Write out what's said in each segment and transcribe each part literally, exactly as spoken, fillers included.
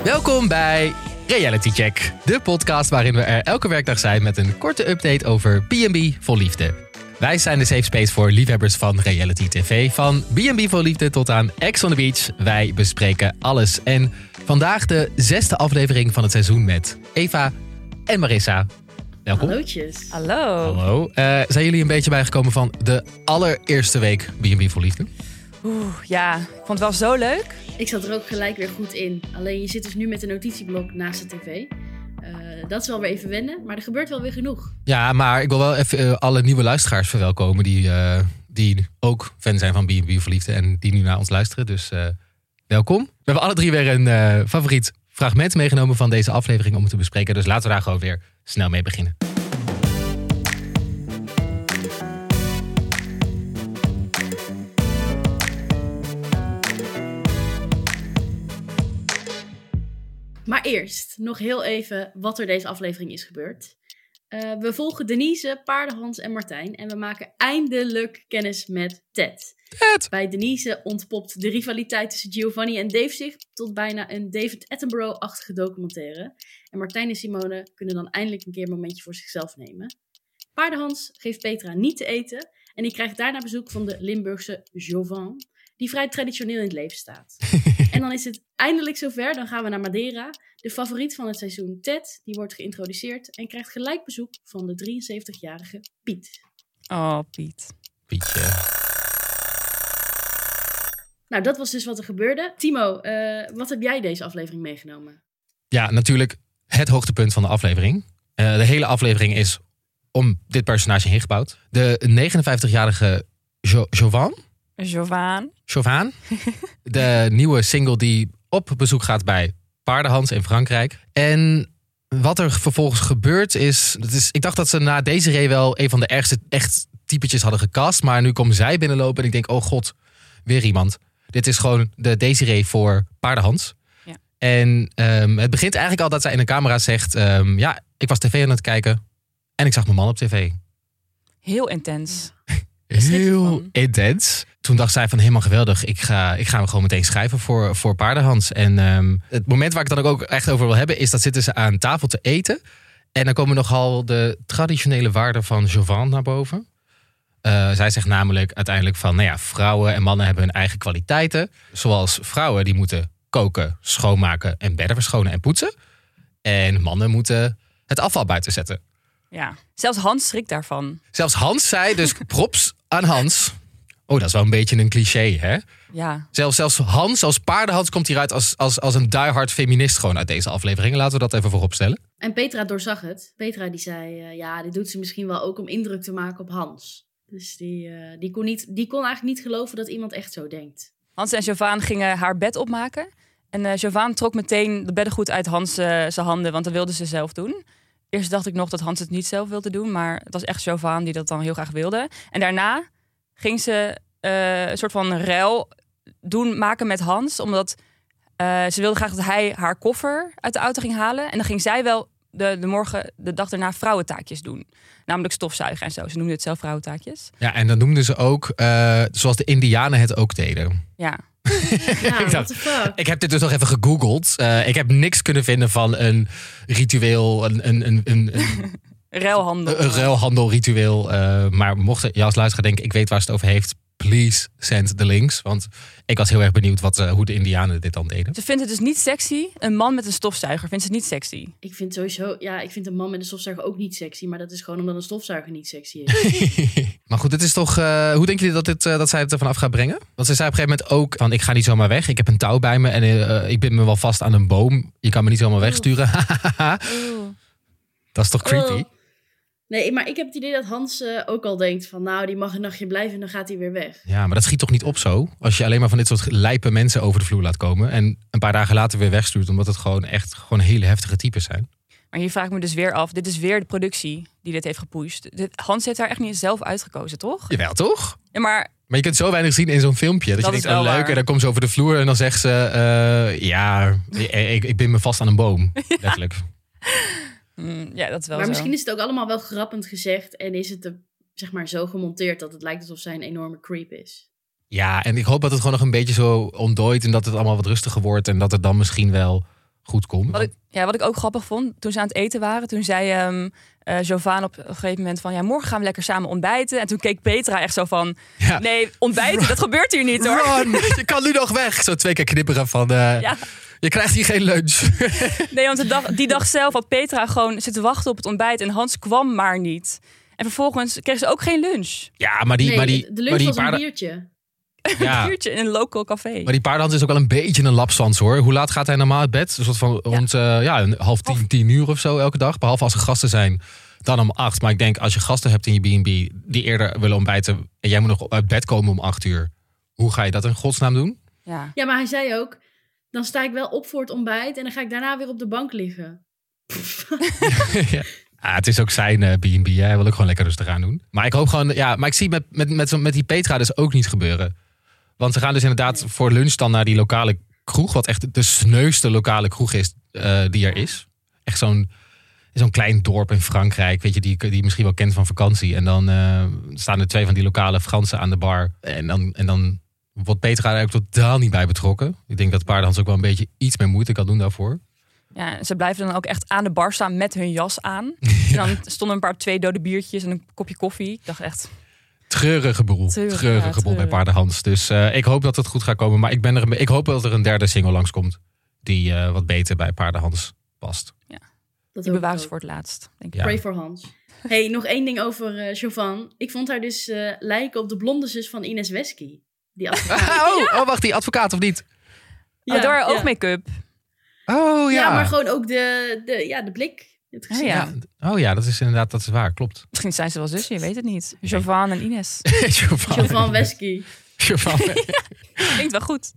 Welkom bij Reality Check, de podcast waarin we er elke werkdag zijn met een korte update over B en B Vol Liefde. Wij zijn de safe space voor liefhebbers van reality tv, van B en B Vol Liefde tot aan Ex on the Beach. Wij bespreken alles. En vandaag de zesde aflevering van het seizoen met Eva en Marissa. Welkom. Hallootjes. Hallo. Hallo. Uh, zijn jullie een beetje bijgekomen van de allereerste week B en B Vol Liefde? Oeh, ja, ik vond het wel zo leuk. Ik zat er ook gelijk weer goed in. Alleen je zit dus nu met een notitieblok naast de tv. Uh, dat is wel weer even wennen, maar er gebeurt wel weer genoeg. Ja, maar ik wil wel even uh, alle nieuwe luisteraars verwelkomen die, uh, die ook fan zijn van B en B Vol Liefde en die nu naar ons luisteren. Dus uh, welkom. We hebben alle drie weer een uh, favoriet fragment meegenomen van deze aflevering om te bespreken. Dus laten we daar gewoon weer snel mee beginnen. Maar eerst nog heel even wat er deze aflevering is gebeurd. Uh, we volgen Denise, Paardenhans en Martijn en we maken eindelijk kennis met Ted. Ted! Bij Denise ontpopt de rivaliteit tussen Giovanni en Dave zich tot bijna een David Attenborough-achtige documentaire. En Martijn en Simone kunnen dan eindelijk een keer een momentje voor zichzelf nemen. Paardenhans geeft Petra niet te eten en die krijgt daarna bezoek van de Limburgse Jovan, die vrij traditioneel in het leven staat. En dan is het eindelijk zover, dan gaan we naar Madeira. De favoriet van het seizoen, Ted, die wordt geïntroduceerd en krijgt gelijk bezoek van de drieënzeventigjarige Piet. Oh, Piet. Pietje. Nou, dat was dus wat er gebeurde. Timo, uh, wat heb jij deze aflevering meegenomen? Ja, natuurlijk het hoogtepunt van de aflevering. Uh, de hele aflevering is om dit personage heen gebouwd. De negenenvijftigjarige jo- Jovan... Jovan. Jovan. De nieuwe single die op bezoek gaat bij Paardenhans in Frankrijk. En wat er vervolgens gebeurt is, dat is... Ik dacht dat ze na Desiree wel een van de ergste echt typetjes hadden gecast. Maar nu komt zij binnenlopen en ik denk, oh god, weer iemand. Dit is gewoon de Desiree voor Paardenhans. Ja. En um, het begint eigenlijk al dat zij in de camera zegt... Um, ja, ik was tv aan het kijken en ik zag mijn man op tv. Heel intens. Heel intens. Toen dacht zij van helemaal geweldig. Ik ga, ik ga hem gewoon meteen schrijven voor, voor Paardenhans. En um, het moment waar ik het dan ook echt over wil hebben... is dat zitten ze aan tafel te eten. En dan komen nogal de traditionele waarden van Jovan naar boven. Uh, zij zegt namelijk uiteindelijk van... nou ja, vrouwen en mannen hebben hun eigen kwaliteiten. Zoals vrouwen die moeten koken, schoonmaken... en bedden verschonen en poetsen. En mannen moeten het afval buiten zetten. Ja, zelfs Hans schrikt daarvan. Zelfs Hans zei, dus props aan Hans. Oh, dat is wel een beetje een cliché, hè? Ja. Zelfs, zelfs Hans, als Paardenhans, komt hieruit als, als, als een diehard feminist gewoon uit deze aflevering. Laten we dat even voorop stellen. En Petra doorzag het. Petra die zei, uh, ja, dit doet ze misschien wel ook om indruk te maken op Hans. Dus die, uh, die, kon niet, die kon eigenlijk niet geloven dat iemand echt zo denkt. Hans en Jovan gingen haar bed opmaken. En uh, Jovan trok meteen de beddengoed uit Hans uh, zijn handen, want dat wilde ze zelf doen. Eerst dacht ik nog dat Hans het niet zelf wilde doen, maar het was echt Jovan die dat dan heel graag wilde. En daarna ging ze uh, een soort van ruil doen, maken met Hans, omdat uh, ze wilde graag dat hij haar koffer uit de auto ging halen. En dan ging zij wel de, de morgen, de dag daarna vrouwentaakjes doen. Namelijk stofzuigen en zo. Ze noemde het zelf vrouwentaakjes. Ja, en dan noemden ze ook, uh, zoals de Indianen het ook deden. Ja. Ja, ik, what the fuck? ik heb dit dus nog even gegoogeld. Uh, ik heb niks kunnen vinden van een ritueel, een, een, een, een, een ruilhandel. Een ruilhandelritueel. Uh, maar mocht je als luisteraar denken, ik weet waar ze het over heeft, please send the links. Want ik was heel erg benieuwd wat, uh, hoe de Indianen dit dan deden. Ze vindt het dus niet sexy. Een man met een stofzuiger vindt ze niet sexy. Ik vind sowieso, ja, ik vind een man met een stofzuiger ook niet sexy. Maar dat is gewoon omdat een stofzuiger niet sexy is. Maar goed, dit is toch, uh, hoe denk je dat, dit, uh, dat zij het ervan af gaat brengen? Want ze zei op een gegeven moment ook van, ik ga niet zomaar weg. Ik heb een touw bij me en uh, ik bind me wel vast aan een boom. Je kan me niet zomaar wegsturen. Dat is toch creepy? Oh. Nee, maar ik heb het idee dat Hans uh, ook al denkt van... nou, die mag een nachtje blijven en dan gaat hij weer weg. Ja, maar dat schiet toch niet op zo? Als je alleen maar van dit soort lijpe mensen over de vloer laat komen... en een paar dagen later weer wegstuurt... omdat het gewoon echt gewoon hele heftige types zijn. Maar hier vraag ik me dus weer af... dit is weer de productie die dit heeft gepusht. Dit, Hans heeft daar echt niet zelf uitgekozen, toch? Jawel, toch? Ja, maar... Maar je kunt zo weinig zien in zo'n filmpje. Dat, dat je denkt, oh, leuk, waar. en dan komt ze over de vloer... en dan zegt ze, uh, ja, ik, ik bind me vast aan een boom. Letterlijk. Mm, ja, dat is wel maar zo. misschien is het ook allemaal wel grappend gezegd... en is het er, zeg maar zo gemonteerd dat het lijkt alsof zij een enorme creep is. Ja, en ik hoop dat het gewoon nog een beetje zo ontdooit... en dat het allemaal wat rustiger wordt... en dat het dan misschien wel goed kon. Wat ik, ja, wat ik ook grappig vond, toen ze aan het eten waren, toen zei um, uh, Jovaan op een gegeven moment van, ja, morgen gaan we lekker samen ontbijten. En toen keek Petra echt zo van, ja. nee, ontbijten, dat gebeurt hier niet hoor. Run, je kan nu nog weg. Zo twee keer knipperen van, uh, ja. je krijgt hier geen lunch. Nee, want de dag, die dag zelf had Petra gewoon zitten wachten op het ontbijt en Hans kwam maar niet. En vervolgens kreeg ze ook geen lunch. Ja, maar die... Nee, maar die de lunch maar die was paarden... een biertje. Ja. Een biertje in een local café. Maar die paardenhand is ook wel een beetje een lapswans hoor. Hoe laat gaat hij normaal uit bed? Een soort van rond ja. Uh, ja, een half tien, half... tien uur of zo elke dag. Behalve als er gasten zijn, dan om acht. Maar ik denk, als je gasten hebt in je B en B die eerder willen ontbijten en jij moet nog uit bed komen om acht uur. Hoe ga je dat in godsnaam doen? Ja, ja, maar hij zei ook, dan sta ik wel op voor het ontbijt en dan ga ik daarna weer op de bank liggen. ja. Ah, het is ook zijn uh, B en B. Hij wil ook gewoon lekker rustig aan doen. Maar ik hoop gewoon, ja, maar ik zie met, met, met, met die Petra dus ook niet gebeuren. Want ze gaan dus inderdaad nee. voor lunch dan naar die lokale kroeg. Wat echt de sneuste lokale kroeg is uh, die er is. Echt zo'n, zo'n klein dorp in Frankrijk. Weet je, die, die je misschien wel kent van vakantie. En dan uh, staan er twee van die lokale Fransen aan de bar. En dan, en dan wordt Petra er ook totaal niet bij betrokken. Ik denk dat paardenhans ook wel een beetje iets meer moeite kan doen daarvoor. Ja, ze blijven dan ook echt aan de bar staan met hun jas aan. Ja. En dan stonden een paar twee dode biertjes en een kopje koffie. Ik dacht echt... Treurige boel. Treurig, Treurige ja, boel bij treurig. Paardenhans. Dus uh, ik hoop dat het goed gaat komen. Maar ik, ben er een, ik hoop dat er een derde single langskomt. Die uh, wat beter bij Paardenhans past. Ja. Dat Die bewaren ze voor het laatst, denk ik. Ja. Pray for Hans. Hey, nog één ding over uh, Jovan. Ik vond haar dus uh, lijken op de blonde zus van Ines Wesky. Die advocaat. oh, ja. oh, wacht, die advocaat of niet? Ja, oh, door haar ja. oogmake-up. Oh ja. Ja, maar gewoon ook de, de, ja, de blik. Het gezicht. Oh, ja. ja. Oh ja, dat is inderdaad, dat is waar, klopt. Misschien zijn ze wel zussen, je weet het niet. Jovan en Ines. Jovan, Jovan Wesky. Jovan. Ja, klinkt wel goed.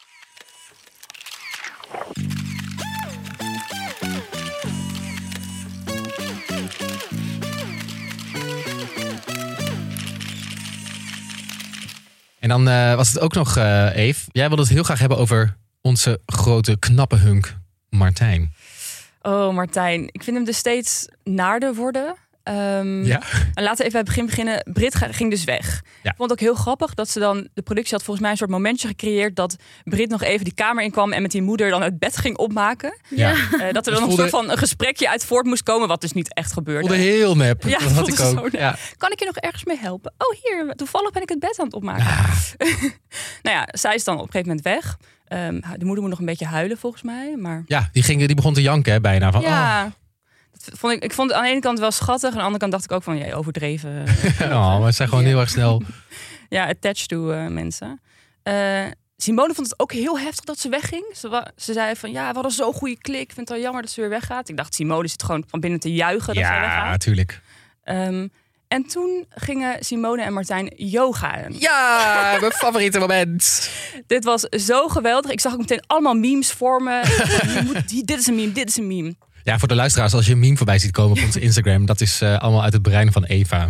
En dan uh, was het ook nog, uh, Eve. Jij wilde het heel graag hebben over onze grote knappe hunk, Martijn. Oh, Martijn. Ik vind hem dus steeds naarder worden. Um, ja? En laten we even bij het begin beginnen. Brit ging dus weg. Ja. Ik vond het ook heel grappig dat ze dan... De productie had volgens mij een soort momentje gecreëerd... dat Brit nog even die kamer inkwam... en met die moeder dan uit bed ging opmaken. Ja. Uh, dat er dan nog voelde... een soort van een gesprekje uit voort moest komen... wat dus niet echt gebeurde. voelde heel nep. Ja, dat had ik ook. Ja. Kan ik je nog ergens mee helpen? Oh, hier. Toevallig ben ik het bed aan het opmaken. Ah. Nou ja, zij is dan op een gegeven moment weg. Um, de moeder moet nog een beetje huilen volgens mij. Maar... Ja, die, ging, die begon te janken hè, bijna. Van, ja. Oh. Dat vond ik, ik vond het aan de ene kant wel schattig. Aan de andere kant dacht ik ook van, ja, overdreven. oh, maar ze zijn gewoon ja. heel erg snel. Ja, attached to uh, mensen. Uh, Simone vond het ook heel heftig dat ze wegging. Ze, wa- ze zei van, ja, we hadden zo'n goede klik. Ik vind het wel jammer dat ze weer weggaat. Ik dacht, Simone zit gewoon van binnen te juichen dat ja, zij weggaat. Ja, natuurlijk. Um, en toen gingen Simone en Martijn yogaën. Ja, mijn favoriete moment. Dit was zo geweldig. Ik zag ook meteen allemaal memes vormen. Je moet, dit is een meme, dit is een meme. Ja, voor de luisteraars, als je een meme voorbij ziet komen op onze Instagram, dat is uh, allemaal uit het brein van Eva.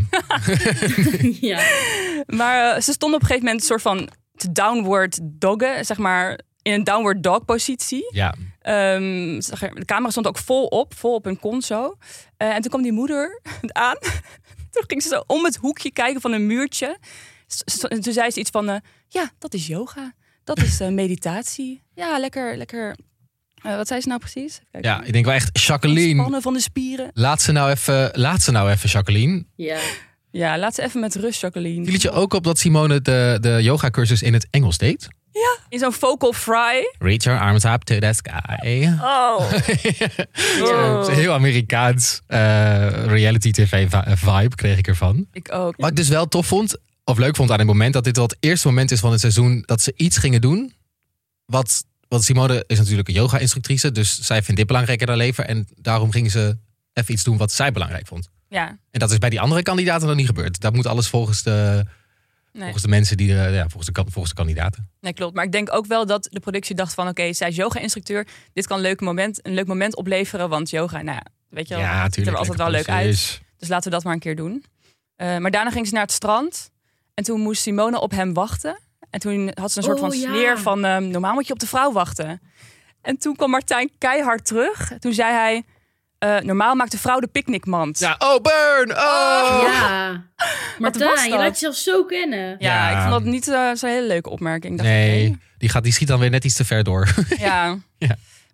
ja. Maar uh, ze stonden op een gegeven moment een soort van te downward doggen, zeg maar, in een downward dog positie. Ja. Um, de camera stond ook vol op, vol op hun kont zo. Uh, en toen kwam die moeder aan. Toen ging ze zo om het hoekje kijken van een muurtje. En toen zei ze iets van, uh, ja, dat is yoga. Dat is uh, meditatie. Ja, lekker, lekker... Uh, wat zei ze nou precies? Kijk, ja, ik denk wel echt, Jacqueline. Spannen van de spieren. Laat ze nou even, laat ze nou even, Jacqueline. Ja. Ja, laat ze even met rust, Jacqueline. Viel het je ook op dat Simone de, de yoga-cursus in het Engels deed? Ja, in zo'n vocal fry. Reach your arms up to the sky. Oh. ja, oh. Heel Amerikaans uh, reality tv vibe kreeg ik ervan. Ik ook. Wat ik dus wel tof vond, of leuk vond aan het moment, dat dit wel het eerste moment is van het seizoen dat ze iets gingen doen wat... Want Simone is natuurlijk een yoga-instructrice, dus zij vindt dit belangrijk in haar leven. En daarom ging ze even iets doen wat zij belangrijk vond. Ja. En dat is bij die andere kandidaten nog niet gebeurd. Dat moet alles volgens de, nee. volgens de mensen, die er, ja, volgens, de, volgens de kandidaten. Nee, klopt. Maar ik denk ook wel dat de productie dacht van, oké, okay, zij is yoga-instructeur. Dit kan een leuk moment, een leuk moment opleveren, want yoga, nou ja, weet je wel, ja, het ziet er altijd wel leuk uit. Dus laten we dat maar een keer doen. Uh, maar daarna ging ze naar het strand en toen moest Simone op hem wachten. En toen had ze een soort oh, van ja. sneer van... Um, normaal moet je op de vrouw wachten. En toen kwam Martijn keihard terug. Toen zei hij... Uh, normaal maakt de vrouw de picknickmand. Ja, oh, burn! Oh! Ja. Martijn, je laat jezelf zo kennen. Ja, ja. ik vond dat niet uh, zo'n hele leuke opmerking. Dacht nee, ik, hey. die, gaat, die schiet dan weer net iets te ver door. ja. ja.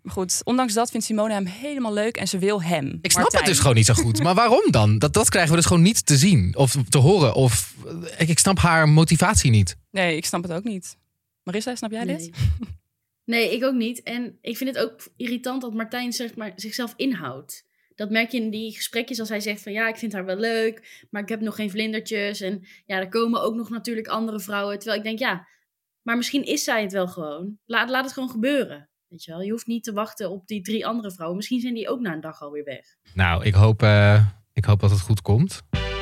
Maar goed, ondanks dat vindt Simone hem helemaal leuk en ze wil hem. Ik snap Martijn. het dus gewoon niet zo goed. Maar waarom dan? Dat, dat krijgen we dus gewoon niet te zien of te horen. Of ik, ik snap haar motivatie niet. Nee, ik snap het ook niet. Marissa, snap jij dit? Nee. nee, ik ook niet. En ik vind het ook irritant dat Martijn zeg maar, zichzelf inhoudt. Dat merk je in die gesprekjes als hij zegt van ja, ik vind haar wel leuk, maar ik heb nog geen vlindertjes. En ja, er komen ook nog natuurlijk andere vrouwen. Terwijl ik denk, ja, maar misschien is zij het wel gewoon. Laat, laat het gewoon gebeuren. Weet je wel, je hoeft niet te wachten op die drie andere vrouwen. Misschien zijn die ook na een dag alweer weg. Nou, ik hoop, uh, ik hoop dat het goed komt.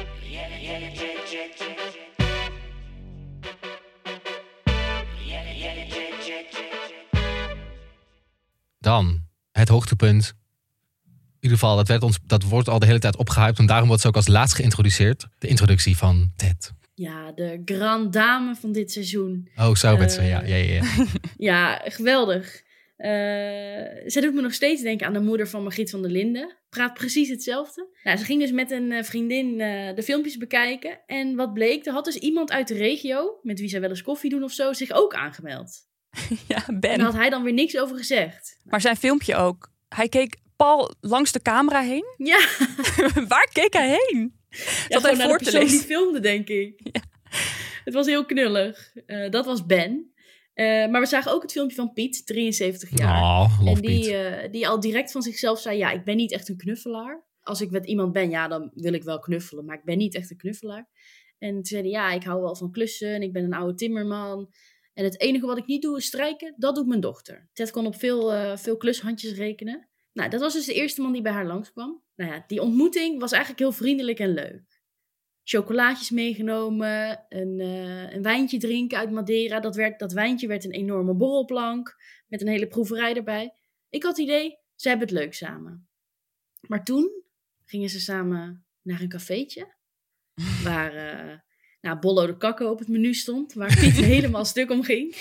Dan het hoogtepunt. In ieder geval, dat, werd ons, dat wordt al de hele tijd opgehyped. En daarom wordt ze ook als laatst geïntroduceerd. De introductie van Ted. Ja, de grand dame van dit seizoen. Oh, zo met Uh, ze. Ja, ja, ja. Ja, geweldig. Uh, zij doet me nog steeds denken aan de moeder van Margriet van der Linden. Praat precies hetzelfde. Nou, ze ging dus met een uh, vriendin uh, de filmpjes bekijken. En wat bleek, er had dus iemand uit de regio, met wie zij wel eens koffie doen of zo, zich ook aangemeld. Ja, Ben. En daar had hij dan weer niks over gezegd. Maar zijn filmpje ook. Hij keek pal langs de camera heen. Ja. Waar keek hij heen? Ja, Zat hij naar voor de te persoon lezen? die filmde, denk ik. Ja. Het was heel knullig. Uh, dat was Ben. Uh, maar we zagen ook het filmpje van Piet, drieënzeventig jaar. Oh, love en die, Piet. uh, die al direct van zichzelf zei, ja, ik ben niet echt een knuffelaar. Als ik met iemand ben, ja, dan wil ik wel knuffelen. Maar ik ben niet echt een knuffelaar. En toen zei hij, ja, ik hou wel van klussen. En ik ben een oude timmerman. En het enige wat ik niet doe is strijken. Dat doet mijn dochter. Ted kon op veel, uh, veel klushandjes rekenen. Nou, dat was dus de eerste man die bij haar langskwam. Nou ja, die ontmoeting was eigenlijk heel vriendelijk en leuk. Chocolaatjes meegenomen, een, uh, een wijntje drinken uit Madeira. Dat, werd, dat wijntje werd een enorme borrelplank met een hele proeverij erbij. Ik had het idee, ze hebben het leuk samen. Maar toen gingen ze samen naar een cafeetje. Waar uh, nou, Bollo de Kakko op het menu stond. Waar Piet helemaal stuk om ging.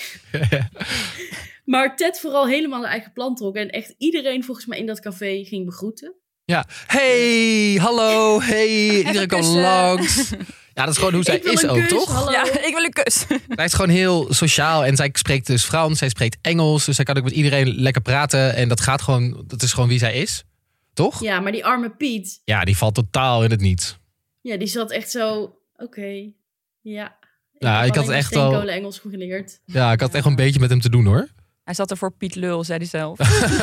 Maar Ted vooral helemaal zijn eigen plan trok. En echt iedereen volgens mij in dat café ging begroeten. Ja, hey, hallo, hey, iedereen kwam kussen. langs. Ja, dat is gewoon hoe zij Ik wil is een ook, kus, toch? hallo. Ja, ik wil een kus. Zij is gewoon heel sociaal en zij spreekt dus Frans, zij spreekt Engels. Dus zij kan ook met iedereen lekker praten en dat gaat gewoon, dat is gewoon wie zij is, toch? Ja, maar die arme Piet, Ja, die valt totaal in het niet. ja, die zat echt zo, oké, okay, ja. Ja, heb ik had alleen echt maar wel- steenkolen Engels geleerd. Ja, ik had echt een beetje met hem te doen, hoor. Hij zat er voor Piet Lul, zei hij zelf.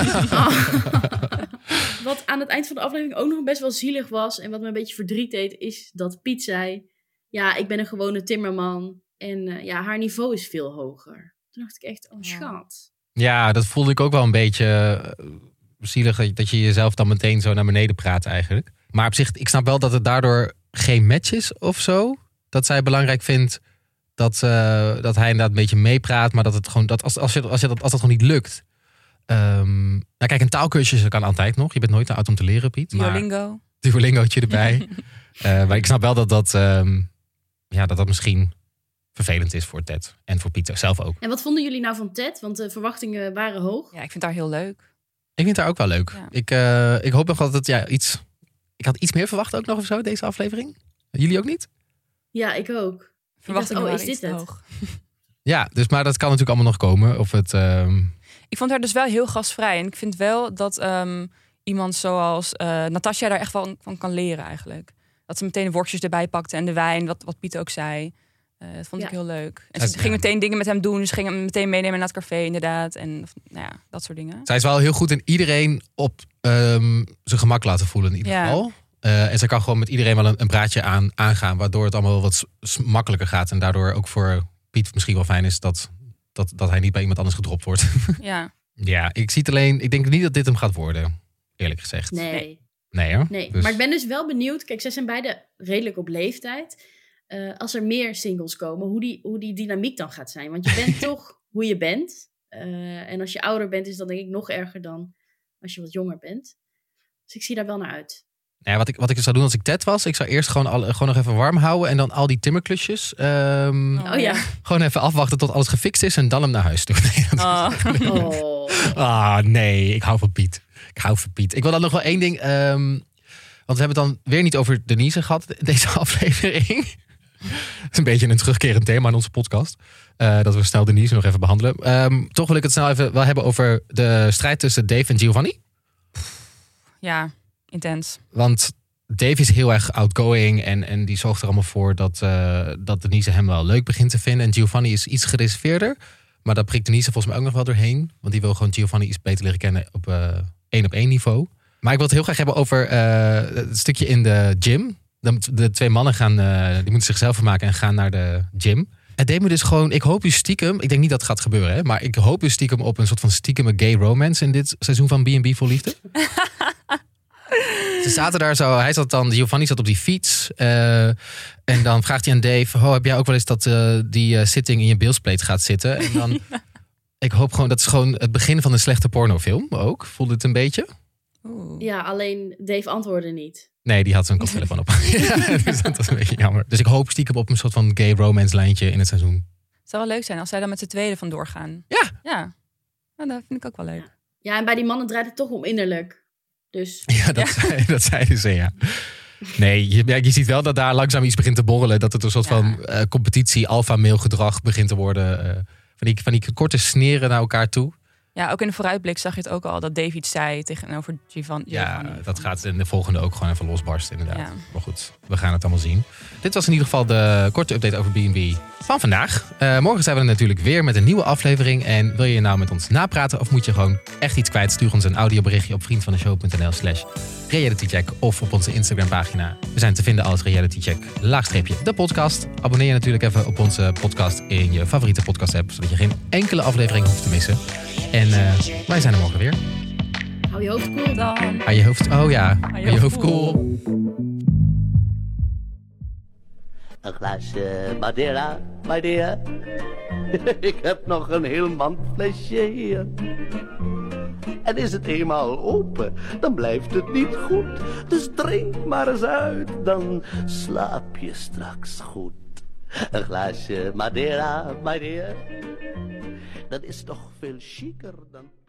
Wat aan het eind van de aflevering ook nog best wel zielig was en wat me een beetje verdriet deed, is dat Piet zei, ja, ik ben een gewone timmerman en uh, ja, haar niveau is veel hoger. Toen dacht ik echt, oh schat. Ja, dat voelde ik ook wel een beetje uh, zielig dat je, dat je jezelf dan meteen zo naar beneden praat eigenlijk. Maar op zich, ik snap wel dat het daardoor geen match is of zo. Dat zij belangrijk vindt dat, uh, dat hij inderdaad een beetje meepraat, maar dat het gewoon, dat als, als, je, als, je dat, als dat gewoon niet lukt. Um, nou kijk, een taalkursus kan altijd nog. Je bent nooit te oud om te leren, Piet. Maar Duolingo. Duolingootje erbij. uh, maar ik snap wel dat dat, um, ja, dat dat misschien vervelend is voor Ted. En voor Piet zelf ook. En wat vonden jullie nou van Ted? Want de verwachtingen waren hoog. Ja, ik vind haar heel leuk. Ik vind haar ook wel leuk. Ja. Ik, uh, ik hoop nog dat het ja, iets... Ik had iets meer verwacht ook nog of zo, deze aflevering. Jullie ook niet? Ja, ik ook. Verwachtingen oh, waren is iets dit te het? hoog. Ja, dus, maar dat kan natuurlijk allemaal nog komen. Of het... Um... Ik vond haar dus wel heel gastvrij. En ik vind wel dat um, iemand zoals uh, Natasja daar echt van, van kan leren eigenlijk. Dat ze meteen de worstjes erbij pakte en de wijn, wat, wat Piet ook zei. Uh, dat vond Ja. ik heel leuk. En Zij- ze ging ja. meteen dingen met hem doen. Ze ging hem meteen meenemen naar het café inderdaad. En nou ja, dat soort dingen. Zij is wel heel goed in iedereen op um, zijn gemak laten voelen in ieder Ja. geval. Uh, en ze kan gewoon met iedereen wel een, een praatje aan, aangaan. Waardoor het allemaal wat s- s- makkelijker gaat. En daardoor ook voor Piet misschien wel fijn is dat, dat, dat hij niet bij iemand anders gedropt wordt. Ja. Ja, ik zie het alleen... Ik denk niet dat dit hem gaat worden. Eerlijk gezegd. Nee. Nee. Nee hoor. Nee, Dus- maar ik ben dus wel benieuwd. Kijk, zij zijn beide redelijk op leeftijd. Uh, als er meer singles komen, hoe die, hoe die dynamiek dan gaat zijn. Want je bent toch hoe je bent. Uh, en als je ouder bent, is dat denk ik nog erger dan als je wat jonger bent. Dus ik zie daar wel naar uit. Nou ja, wat, ik, wat ik zou doen als ik Ted was, ik zou eerst gewoon, al, gewoon nog even warm houden en dan al die timmerklusjes um, Oh ja. gewoon even afwachten tot alles gefixt is en dan hem naar huis toe. Nee, dat- Oh. Oh. Ah, nee, ik hou van Piet. Ik hou van Piet. Ik wil dan nog wel één ding, um, want we hebben het dan weer niet over Denise gehad, deze aflevering. is een beetje een terugkerend thema in onze podcast. Uh, dat we snel Denise nog even behandelen. Um, toch wil ik het snel even wel hebben over de strijd tussen Dave en Giovanni. Ja, intens. Want Dave is heel erg outgoing en, en die zorgt er allemaal voor dat, uh, dat Denise hem wel leuk begint te vinden. En Giovanni is iets gereserveerder. Maar dat prikt Denise volgens mij ook nog wel doorheen. Want die wil gewoon Giovanni iets beter leren kennen op uh, één op één niveau. Maar ik wil het heel graag hebben over uh, het stukje in de gym. De, de twee mannen gaan, uh, die moeten zichzelf vermaken en gaan naar de gym. En Dave moet dus gewoon, ik hoop u stiekem, ik denk niet dat het gaat gebeuren, hè, maar ik hoop u stiekem op een soort van stiekeme gay romance in dit seizoen van B en B Vol Liefde. Ze zaten daar zo, hij zat dan, Giovanni zat op die fiets. Uh, en dan vraagt hij aan Dave, oh, heb jij ook wel eens dat uh, die uh, zitting in je bilspleet gaat zitten? En dan, ik hoop gewoon, dat is gewoon het begin van een slechte pornofilm ook. Voelde het een beetje? Oeh. Ja, alleen Dave antwoordde niet. Nee, die had zijn koptelefoon op. Ja, dus dat was een beetje jammer. Dus ik hoop stiekem op een soort van gay romance lijntje in het seizoen. Het zou wel leuk zijn als zij dan met z'n tweeën vandoor gaan. Ja. Ja, nou, dat vind ik ook wel leuk. Ja. ja, en bij die mannen draait het toch om innerlijk. Dus... Ja, dat, ja. Zei, dat zeiden ze, ja. Nee, je, je ziet wel dat daar langzaam iets begint te borrelen. Dat het een soort ja. van uh, competitie, alpha-male gedrag begint te worden. Uh, van, die, van die korte sneren naar elkaar toe. Ja, ook in de vooruitblik zag je het ook al dat Dave iets zei tegenover Giovanni. Ja, dat gaat in de volgende ook gewoon even losbarsten inderdaad. Ja. Maar goed, we gaan het allemaal zien. Dit was in ieder geval de korte update over B en B van vandaag. Uh, morgen zijn we er natuurlijk weer met een nieuwe aflevering. En wil je nou met ons napraten of moet je gewoon echt iets kwijt? Stuur ons een audioberichtje op vriendvandeshow.nl slash realitycheck of op onze Instagram pagina. We zijn te vinden als realitycheck laagstreepje de podcast. Abonneer je natuurlijk even op onze podcast in je favoriete podcast app, zodat je geen enkele aflevering hoeft te missen. En uh, wij zijn er morgen weer. Hou je hoofd koel dan. Hou je hoofd, oh ja, hou je, je hoofd koel. Een glaasje Madeira, my dear. Ik heb nog een heel mandflesje hier. En is het eenmaal open, dan blijft het niet goed. Dus drink maar eens uit, dan slaap je straks goed. Een glaasje Madeira, my dear. Dat is toch veel chiquer dan...